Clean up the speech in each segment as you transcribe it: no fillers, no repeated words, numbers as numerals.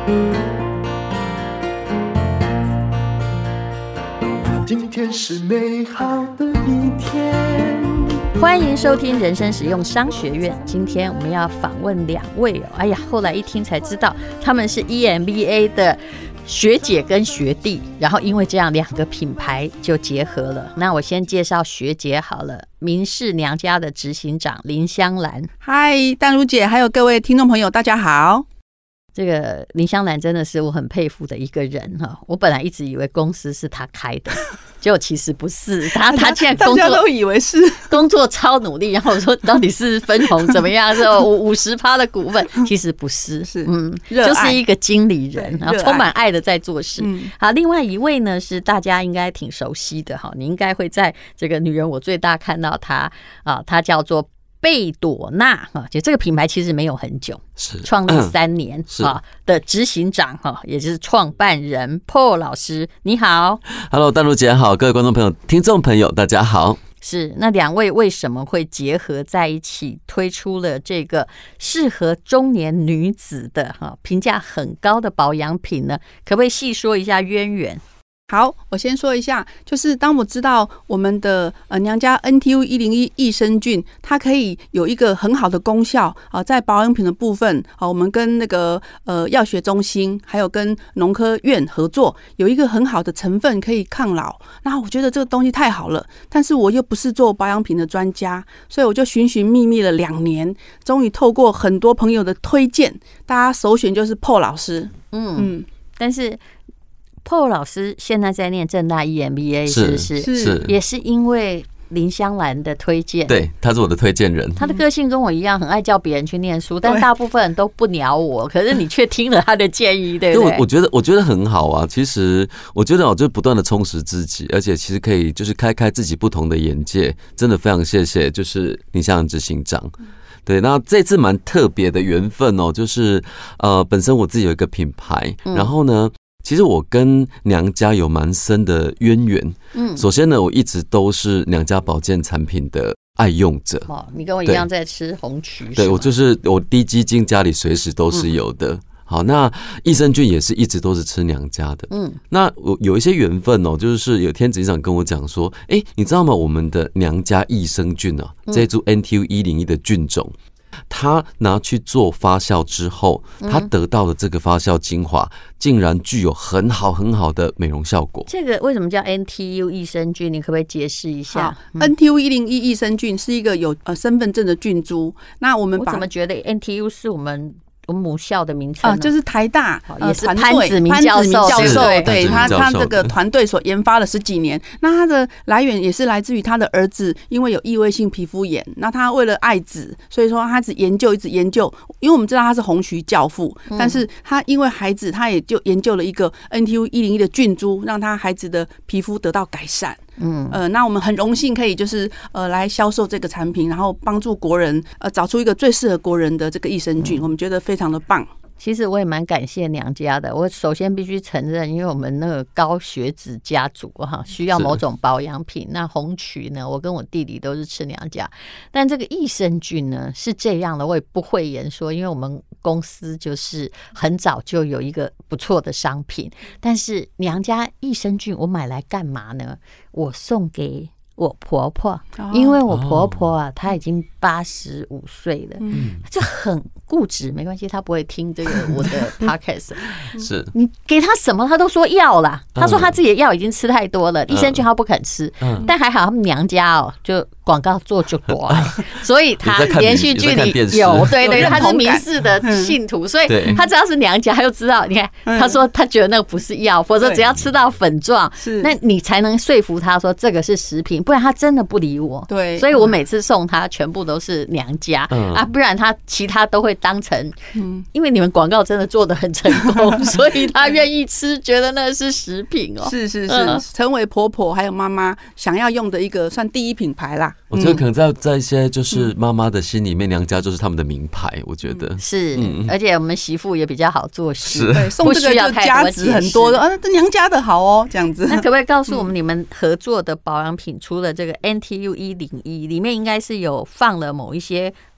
今天是美好的一天。 欢迎收听人生实用商学院。今天我们要访问2位哦，哎呀，后来一听才知道他们是 EMBA 的学姐跟学弟，然后因为这样2个品牌就结合了。那我先介绍学姐好了，明氏娘家的执行长林香兰。 嗨，淡如姐，还有各位听众朋友，大家好。 这个林香兰真的是我很佩服的一个人哈，我本来一直以为公司是他开的，结果其实不是，他现在工作大家都以为是工作超努力，然后我说到底是分红怎么样，是50%的股份，其实不是， 是就是一个经理人，然后充满爱的在做事。好，另外一位呢是大家应该挺熟悉的哈，你应该会在这个女人我最大看到她啊，她叫做贝朵娜，就这个品牌其实没有很久，是创立3年的执行长，也就是创办人 Paul 老师，你好。 Hello， 淡如姐好，各位观众朋友、听众朋友，大家好。 是，那2位为什么会结合在一起，推出了这个适合中年女子的评价很高的保养品呢？可不可以细说一下渊源？ 好，我先说一下，就是当我知道我们的娘家 NTU101 益生菌，它可以有一个很好的功效在保养品的部分我们跟那个药学中心还有跟农科院合作，有一个很好的成分可以抗老。那我觉得这个东西太好了，但是我又不是做保养品的专家，所以我就寻寻觅觅了2年，终于透过很多朋友的推荐，大家首选就是 Paul 老师。 但是Paul 老师现在在念政大 EMBA， 是不是？ 是， 也是因为林香兰的推荐。 对，他是我的推荐人。 他的个性跟我一样，很爱叫别人去念书，但大部分人都不鸟我。可是你却听了他的建议，对不对？ 我觉得很好啊。其实我觉得我就不断的充实自己，而且其实可以就是开自己不同的眼界。真的非常谢谢，就是林香兰执行长。对，那这次蛮特别的缘分哦，就是本身我自己有一个品牌，然后呢。其实我跟娘家有蛮深的渊源。首先呢，我一直都是娘家保健产品的爱用者。 你跟我一样在吃红曲。 对，我就是我低基金家里随时都是有的。好，那益生菌也是一直都是吃娘家的。那我有一些缘分哦，就是有天执行长跟我讲说，你知道吗？我们的娘家益生菌啊，这一株 NTU101 的菌种。他拿去做发酵之后，他得到的这个发酵精华竟然具有很好的美容效果。 这个为什么叫 NTU 益生菌？你可不可以解释一下 ？NTU101 益生菌是一个有身份证的菌株。那我怎么觉得 NTU 是我们母校的名称就是台大也是潘子明教授， 对他这个团队所研发了10几年。那他的来源也是来自于他的儿子，因为有异位性皮肤炎，那他为了爱子，所以说他一直研究。因为我们知道他是红曲教父，但是他因为孩子，他也就研究了一个 NTU101 的菌株，让他孩子的皮肤得到改善。那我们很荣幸可以就是来销售这个产品，然后帮助国人找出一个最适合国人的这个益生菌，我们觉得非常的棒。 其实我也蛮感谢娘家的，我首先必须承认，因为我们那个高血脂家族需要某种保养品。那红曲呢，我跟我弟弟都是吃娘家，但这个益生菌呢是这样的，我也不讳言说，因为我们公司就是很早就有一个不错的商品，但是娘家益生菌我买来干嘛呢？我送给我婆婆，因为我婆婆啊，她已经85岁了，这很固执，没关系，她不会听这个我的 podcast。 是你给她什么，她都说要啦。她说她自己的药已经吃太多了，益生菌她不肯吃，但还好他们娘家就广告做就多了，所以她连续剧里有，对，她是民视的信徒，所以她只要是娘家，她就知道。你看，她说她觉得那个不是药，否则只要吃到粉状，那你才能说服她说这个是食品，不然她真的不理我。 对， 所以我每次送她全部都是娘家不然她其他都会当成，因为你们广告真的做得很成功，所以她愿意吃，觉得那是食品哦。 是，成为婆婆还有妈妈想要用的一个算第一品牌啦。 我觉得可能在一些就是妈妈的心里面，娘家就是他们的名牌。我觉得是，而且我们媳妇也比较好做事， 对，送这个就价值很多的这娘家的好哦，这样子。 那可不可以告诉我们，你们合作的保养品除了这个 NTU101里面，应该是有放了某一些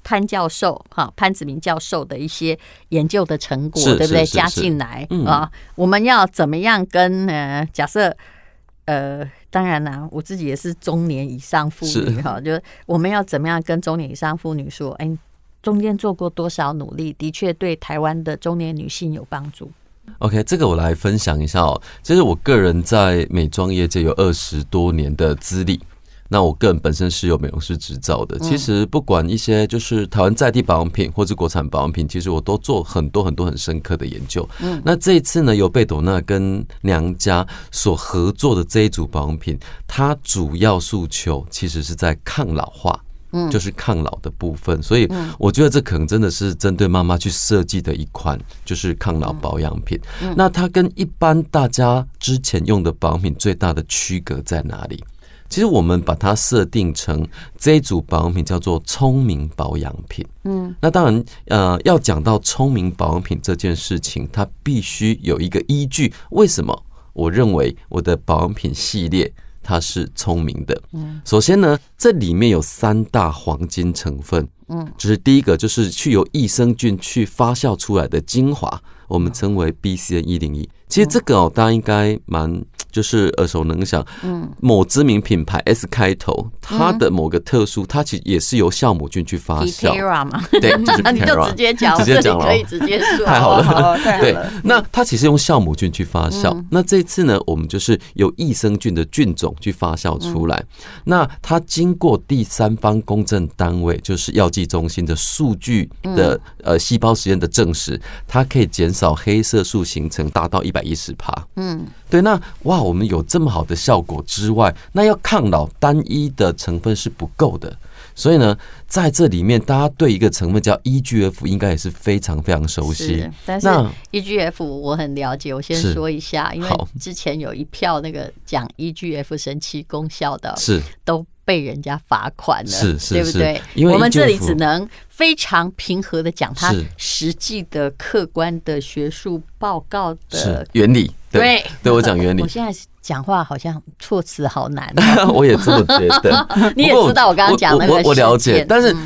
潘教授潘子明教授的一些研究的成果，对不对？加进来我们要怎么样跟假设当然啦，我自己也是中年以上妇女就我们要怎么样跟中年以上妇女说，中间做过多少努力，的确对台湾的中年女性有帮助。 OK， 这个我来分享一下其实我个人在美妆业界有20多年的资历。那我个人本身是有美容师执照的，其实不管一些就是台湾在地保养品或是国产保养品，其实我都做很多很深刻的研究。那这一次呢，由贝朵娜跟娘家所合作的这一组保养品，它主要诉求其实是在抗老化。就是抗老的部分，所以我觉得这可能真的是针对妈妈去设计的一款就是抗老保养品。那它跟一般大家之前用的保养品最大的区隔在哪里？其实我们把它设定成这一组保养品叫做聪明保养品。那当然要讲到聪明保养品这件事情，它必须有一个依据。为什么我认为我的保养品系列它是聪明的？首先呢，这里面有3大黄金成分。就是第一个就是去由益生菌去发酵出来的精华，我们称为 BCN101。其实这个大家应该蛮就是耳熟能详。某知名品牌 S 开头，它的某个特殊，它其实也是由酵母菌去发酵。对，就是 Pitera， 你就直接讲， 直接讲了， 可以直接说。 太好了，对。那它其实用酵母菌去发酵。那这次呢，我们就是由益生菌的菌种去发酵出来。那它经过第三方公证单位，就是药剂中心的数据的细胞实验的证实，它可以减少黑色素形成达到110%。对。那哇，我们有这么好的效果之外，那要抗老单一的成分是不够的。所以呢，在这里面，大家对一个成分叫 EGF 应该也是非常非常熟悉。 但是 EGF 我很了解，我先说一下，因为之前有一票那个讲 EGF 神奇功效的，是都被人家罚款了，对不对？因为我们这里只能非常平和的讲它实际的、客观的学术报告的原理。对，我讲原理。 我现在讲话好像措辞好难我也这么觉得。 你也知道我刚刚讲那个， 我了解。但是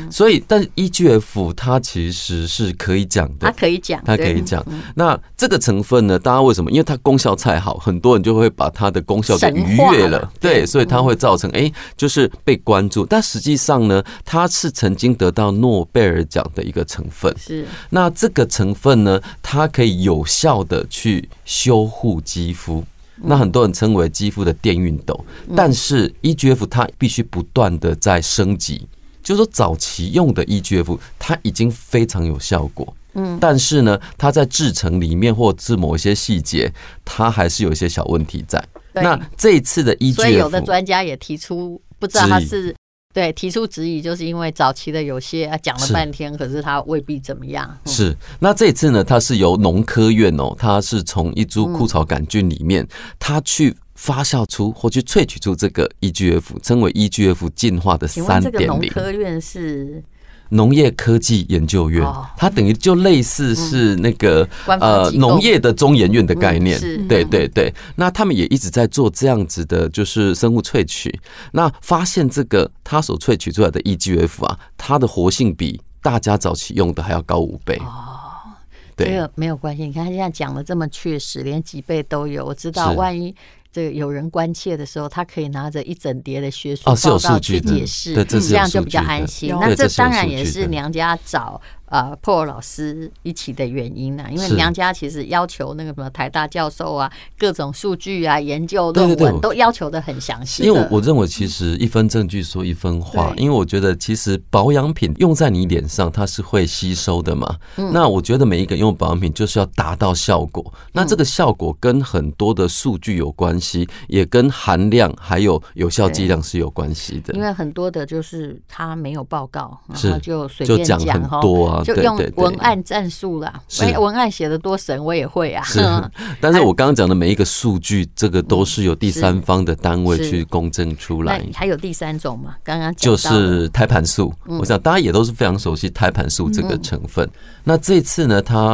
EGF 它其实是可以讲的，它可以讲。那这个成分呢，大家为什么？因为它功效太好，很多人就会把它的功效给逾越了。对，所以它会造成就是被关注。但实际上呢，它是曾经得到诺贝尔奖的一个成分。是。那这个成分呢，它可以有效的去修护肌肤。那很多人称为肌肤的电熨斗，但是 EGF 它必须不断的在升级，就是说早期用的 EGF 它已经非常有效果，但是呢，它在制成里面或是某一些细节，它还是有一些小问题在。那这一次的 EGF， 所以有的专家也提出，不知道他是。对，提出质疑，就是因为早期的有些讲了半天，可是它未必怎么样。 是，那这一次呢，它是由农科院它是从一株枯草杆菌里面，它去发酵出或去萃取出这个 EGF， 称为 EGF 进化的3.0。 请问这个农科院是？ 农业科技研究院，它等于就类似是那个农业的中研院的概念，对。那他们也一直在做这样子的，就是生物萃取。那发现这个它所萃取出来的 EGF 它的活性比大家早期用的还要高5倍。 这个没有关系，你看他现在讲的这么确实，连几倍都有。我知道，万一这个有人关切的时候，他可以拿着一整叠的学术报告去解释，这样就比较安心。那这当然也是娘家找Paul 老师一起的原因因为娘家其实要求那个什么台大教授各种数据研究论文都要求的很详细。 因为我认为其实一分证据说一分话，因为我觉得其实保养品用在你脸上它是会吸收的嘛。那我觉得每一个用保养品就是要达到效果，那这个效果跟很多的数据有关系，也跟含量还有有效剂量是有关系的。 因为很多的就是他没有报告，然后就随便讲很多就用文案战术啦，文案写得多神我也会但是我刚刚讲的每一个数据，这个都是由第三方的单位去公证出来。 还有第3种嘛？刚刚就是胎盘素，我想大家也都是非常熟悉胎盘素这个成分。那这次呢，它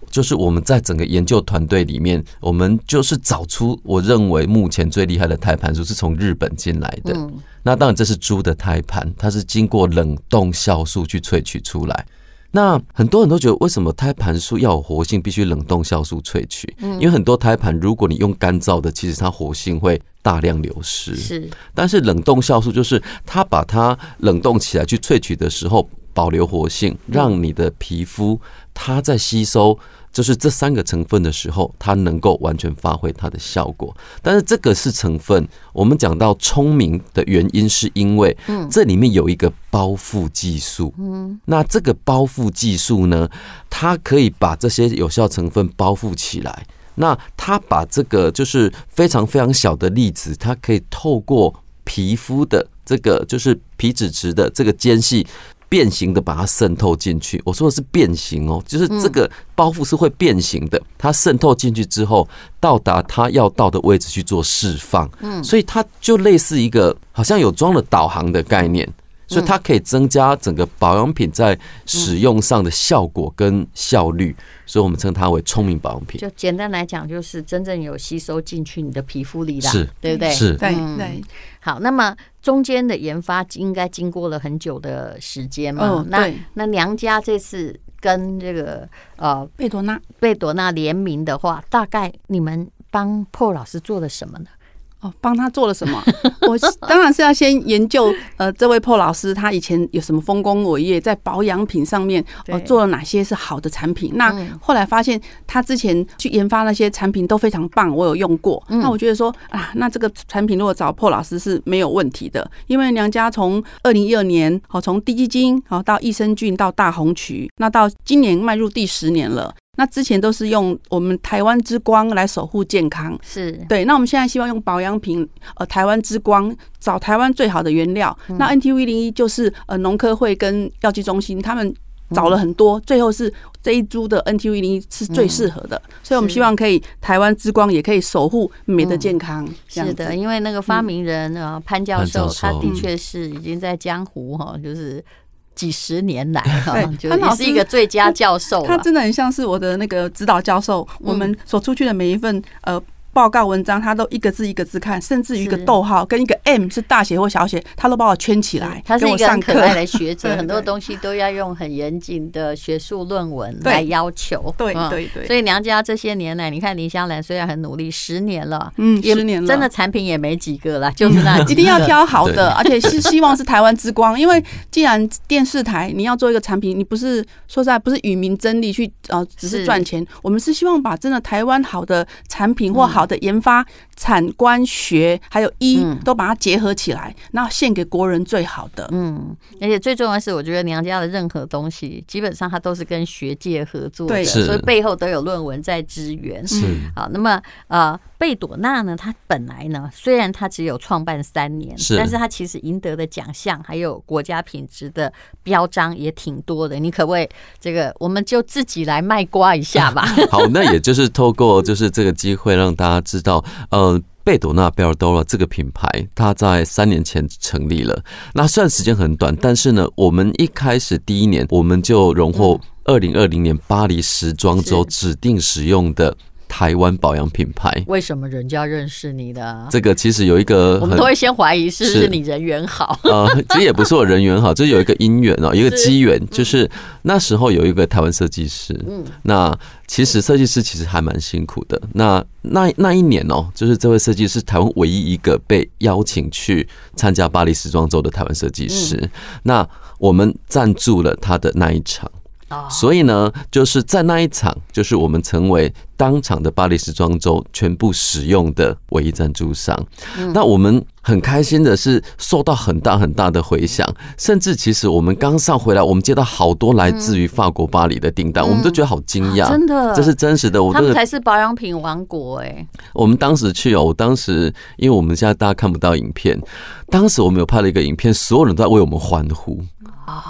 就是我们在整个研究团队里面，我们就是找出我认为目前最厉害的胎盘素是从日本进来的。那当然这是猪的胎盘，它是经过冷冻酵素去萃取出来。那很多人都觉得，为什么胎盘素要有活性，必须冷冻酵素萃取？因为很多胎盘，如果你用干燥的，其实它活性会大量流失。是，但是冷冻酵素就是它把它冷冻起来去萃取的时候，保留活性，让你的皮肤它在吸收就是这3个成分的时候，它能够完全发挥它的效果。但是这个是成分，我们讲到聪明的原因，是因为这里面有一个包覆技术。那这个包覆技术呢，它可以把这些有效成分包覆起来。那它把这个就是非常非常小的粒子，它可以透过皮肤的这个就是皮脂质的这个间隙，变形的把它渗透进去。我说的是变形哦，就是这个包覆是会变形的，它渗透进去之后，到达它要到的位置去做释放。所以它就类似一个好像有装了导航的概念，所以它可以增加整个保养品在使用上的效果跟效率。所以我们称它为聪明保养品。 就简单来讲，就是真正有吸收进去你的皮肤里啦， 是， 对不对？ 是， 对对。 好，那么中间的研发应该经过了很久的时间嘛？那娘家这次跟这个贝朵娜联名的话，大概你们帮 Paul 老师做了什么呢？ 帮他做了什么？我当然是要先研究这位 Paul 老师他以前有什么丰功伟业，在保养品上面做了哪些是好的产品。那后来发现他之前去研发那些产品都非常棒，我有用过。那我觉得说那这个产品如果找 Paul 老师是没有问题的，因为娘家从2012年从低基金到益生菌到大红曲，那到今年迈入第10年了。那之前都是用我们台湾之光来守护健康， 是对。那我们现在希望用保养品，台湾之光，找台湾最好的原料。那 NTU101 就是农科会跟药剂中心他们找了很多，最后是这一株的 NTU101 是最适合的，所以我们希望可以台湾之光也可以守护美的健康。 是的，因为那个发明人潘教授，他的确是已经在江湖就是几10年来就也是一个最佳教授。 他真的很像是我的那个指导教授，我们所出去的每一份报告文章，他都一个字一个字看，甚至于一个逗号跟一个 M 是大写或小写，他都把我圈起来。 他是一个很可爱的学者，很多东西都要用很严谨的学术论文来要求。 对对对。 所以娘家这些年来，你看林香兰虽然很努力，10年了 ，10年了， 真的产品也没几个啦，就是那几个一定要挑好的，而且是希望是台湾之光。因为既然电视台你要做一个产品，你不是说实在不是与民争利去只是赚钱，我们是希望把真的台湾好的产品或好的研发、产官学还有都把它结合起来，然后献给国人最好的。 而且最重要的是，我觉得娘家的任何东西，基本上它都是跟学界合作的，所以背后都有论文在支援。好，那么贝朵娜呢，她本来呢，虽然她只有创办3年，但是她其实赢得的奖项还有国家品质的标章也挺多的。你可不可以这个，我们就自己来卖瓜一下吧？ 好，那也就是透过就是这个机会让大家知道，贝朵娜 Belladonna 这个品牌，它在3年前成立了。那虽然时间很短，但是呢，我们一开始第1年我们就荣获2020年巴黎时装周指定使用的台湾保养品牌。 为什么人家认识你的？ 这个其实有一个， 我们都会先怀疑是不是你人缘好。 其实也不是我人缘好，就是有一个因缘一个机缘，就是那时候有一个台湾设计师，那其实设计师其实还蛮辛苦的。那一年就是这位设计师台湾唯一一个被邀请去参加巴黎时装周的台湾设计师。那我们赞助了他的那一场。所以呢，就是在那一场，就是我们成为当场的巴黎时装周全部使用的唯一赞助商。那我们很开心的是受到很大很大的回响，甚至其实我们刚上回来，我们接到好多来自于法国巴黎的订单，我们都觉得好惊讶， 真的， 这是真实的。 他们才是保养品王国我们当时去我当时因为我们现在大家看不到影片，当时我们有拍了一个影片，所有人都在为我们欢呼。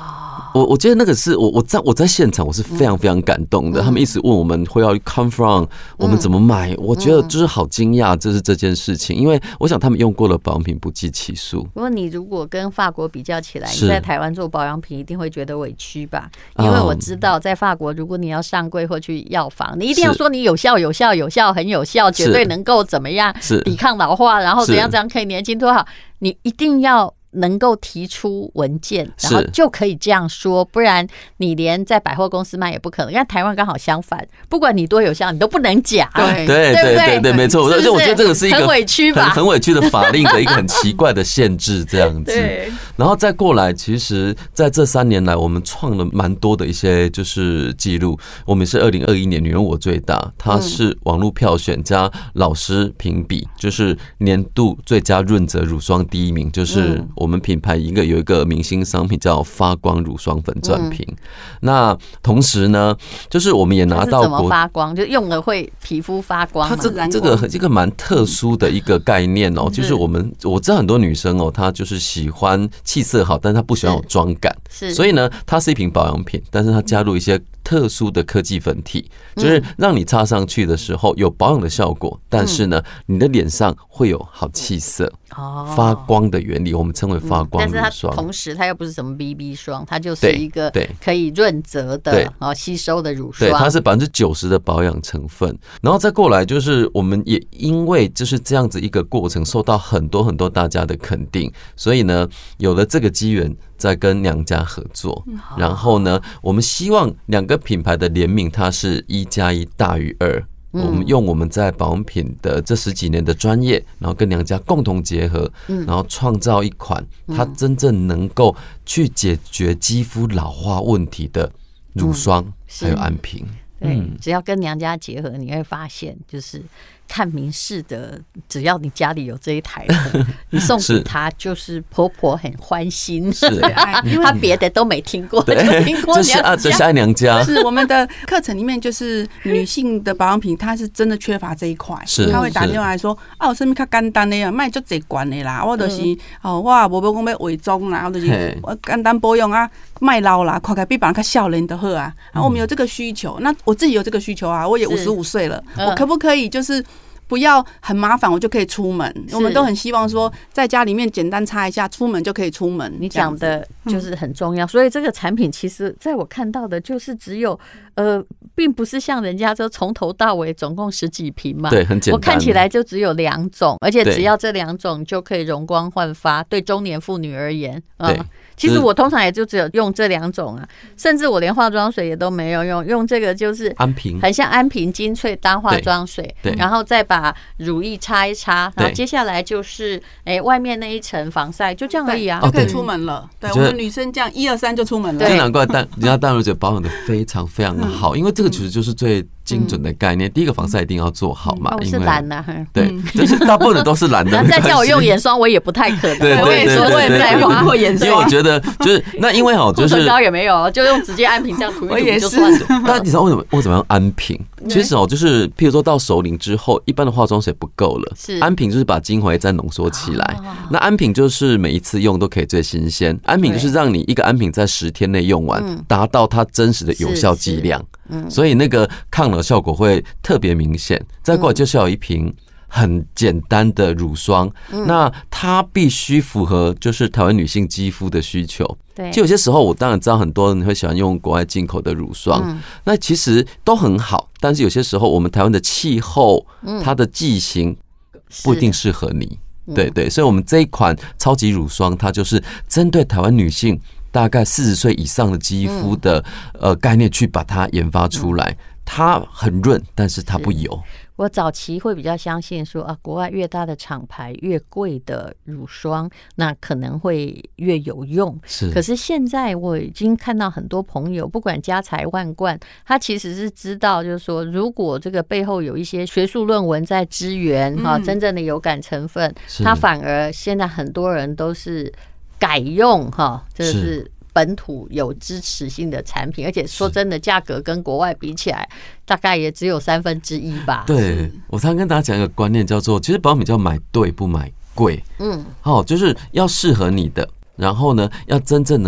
我觉得那个是我在现场我是非常非常感动的，他们一直问我们会要 come from 我们怎么买，我觉得就是好惊讶，这件事情，因为我想他们用过的保养品不计其数。 不过你如果跟法国比较起来，你在台湾做保养品一定会觉得委屈吧？因为我知道在法国，如果你要上柜或去药房，你一定要说你有效、很有效，绝对能够怎么样抵抗老化，然后怎样可以年轻多好，你一定要能够提出文件，然后就可以这样说，不然你连在百货公司卖也不可能。因为台湾刚好相反，不管你多有效，你都不能假。 对，没错。而且我觉得这个是一个很委屈吧， 很委屈的法令的一个很奇怪的限制，这样子。然后再过来，其实在这3年来，我们创了蛮多的一些就是记录。我们是2021年女人我最大，它是网络票选加老师评比，就是年度最佳润泽乳霜第1名，就是我们品牌有一个明星商品叫发光乳霜粉钻瓶。那同时呢，就是我们也拿到怎么发光，就用了会皮肤发光吗？ 它这个蛮特殊的一个概念哦，就是我知道很多女生哦，她就是喜欢气色好，但是她不喜欢有妆感，所以呢，它是一瓶保养品，但是它加入一些特殊的科技粉体，就是让你擦上去的时候有保养的效果，但是呢，你的脸上会有好气色。发光的原理，我们称为发光乳霜。但是它同时它又不是什么 BB 霜，它就是一个可以润泽的吸收的乳霜。对， 它是90%的保养成分。然后再过来就是我们也因为就是这样子一个过程，受到很多大家的肯定，所以呢，有了这个机缘，再跟娘家合作。然后呢，我们希望2个品牌的联名，它是1+1大于2。我们用我们在保养品的这10几年的专业，然后跟娘家共同结合，然后创造一款它真正能够去解决肌肤老化问题的乳霜，还有安瓶。 只要跟娘家结合，你会发现就是看民视的，只要你家里有这一台，你送给他就是婆婆很欢心，因为他别的都没听过，就听过娘家， 这是爱娘家。 是我们的课程里面，就是女性的保养品，它是真的缺乏这一块。他会打电话来说，我身边较简单的呀，卖就这罐的啦，我就是我无要讲要伪装啦，我就是我简单保养啊，卖老啦，看起来比别人较少年的好啊。然后我们有这个需求，那我自己有这个需求啊，我也55岁了，我可不可以就是不要很麻烦，我就可以出门。我们都很希望说，在家里面简单擦一下，出门就可以出门。 你讲的就是很重要，所以这个产品其实在我看到的就是只有并不是像人家说从头到尾总共10几瓶嘛， 对，很简单。 我看起来就只有2种，而且只要这2种就可以容光焕发。对中年妇女而言，其实我通常也就只有用这2种啊，甚至我连化妆水也都没有用这个就是安瓶， 很像安瓶精粹当化妆水，然后再把乳液擦一擦，然后接下来就是外面那一层防晒，就这样而已啊， 就可以出门了。对，我们女生这样1、2、3就出门了。 就难怪人家淡如姐保养的非常非常好，因为这个其实就是最精准的概念。第一个防晒一定要做好嘛， 我是懒呐， 对，就是大部分人都是懒的。 再叫我用眼霜，我也不太可能。 我也说我也在用过眼霜， 因为我觉得就是那因为就是唇膏也没有，就用直接安瓶这样涂一涂就算了。 但你知道为什么用安瓶？其实就是譬如说到熟龄之后，一般的化妆水不够了，安瓶就是把精华再浓缩起来。那安瓶就是每一次用都可以最新鲜，安瓶就是让你一个安瓶在10天内用完，达到它真实的有效剂量。所以那个抗老效果会特别明显。再过来就是有一瓶很简单的乳霜，那它必须符合就是台湾女性肌肤的需求。就有些时候我当然知道很多人会喜欢用国外进口的乳霜，那其实都很好，但是有些时候我们台湾的气候，它的剂型不一定适合你。对，所以我们这一款超级乳霜，它就是针对台湾女性大概40岁以上的肌肤的概念去把它研发出来。它很润，但是它不油。 我早期会比较相信说啊，国外越大的厂牌越贵的乳霜，那可能会越有用。可是现在我已经看到很多朋友，不管家财万贯，他其实是知道，就是说，如果这个背后有一些学术论文在支援真正的有感成分，他反而现在很多人都是改用就是本土有支持性的产品，而且说真的，价格跟国外比起来，大概也只有1/3吧。 对，我常跟大家讲一个观念，叫做其实保养品叫买对不买贵。就是要适合你的，然后呢，要真正能够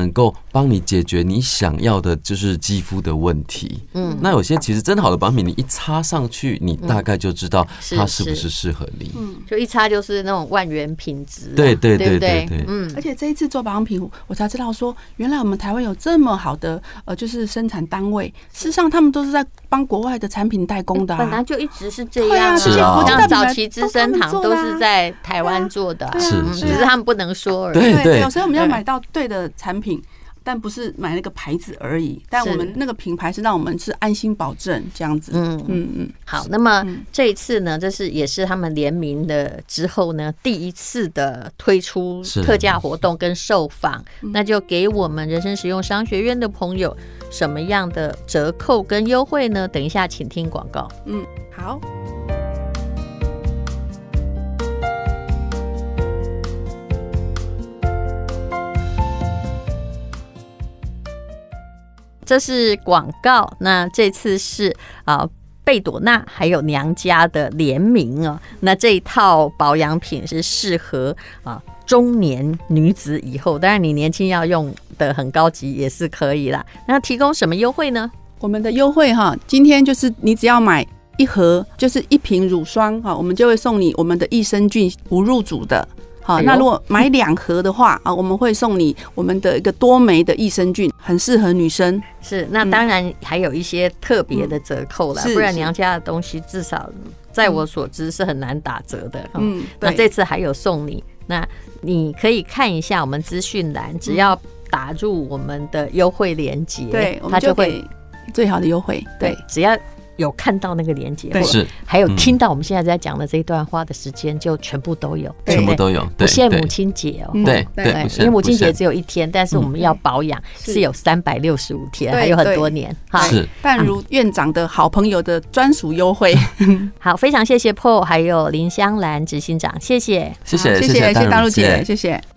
帮你解决你想要的就是肌肤的问题。那有些其实真的好的保养品，你一擦上去，你大概就知道它是不是适合你。 就一擦就是那种万元品质。 对对对对对。 而且这一次做保养品，我才知道说，原来我们台湾有这么好的就是生产单位。事实上，他们都是在帮国外的产品代工的。 本来就一直是这样。 是啊，像早期资生堂都是在台湾做的，只是他们不能说而已。 对，所以我们要买到对的产品。但不是买那个牌子而已，但我们那个品牌是让我们是安心保证这样子。 好，那么这一次呢，这是也是他们联名的之后呢，第一次的推出特价活动跟受访，那就给我们人生实用商学院的朋友什么样的折扣跟优惠呢？等一下，请听广告。 好。 这是广告，那这次是贝朵娜还有娘家的联名哦。那这一套保养品是适合中年女子以后，当然你年轻要用的很高级也是可以啦。那提供什么优惠呢？ 我们的优惠今天就是你只要买一盒，就是一瓶乳霜我们就会送你我们的益生菌无入组的。好，那如果买2盒的话我们会送你我们的一个多酶的益生菌，很适合女生。 是，那当然还有一些特别的折扣啦，不然娘家的东西至少在我所知是很难打折的。那这次还有送你，那你可以看一下我们资讯栏，只要打入我们的优惠链接， 对，我们就会最好的优惠。 对，只要有看到那个连结，或还有听到我们现在在讲的这一段话的时间，就全部都有， 全部都有。 不限母亲节哦， 对， 因为母亲节只有1天，但是我们要保养是有365天，还有很多年。 是淡如院长的好朋友的专属优惠。 好，非常谢谢 Paul 还有林香兰执行长，谢谢大陆姐，谢谢。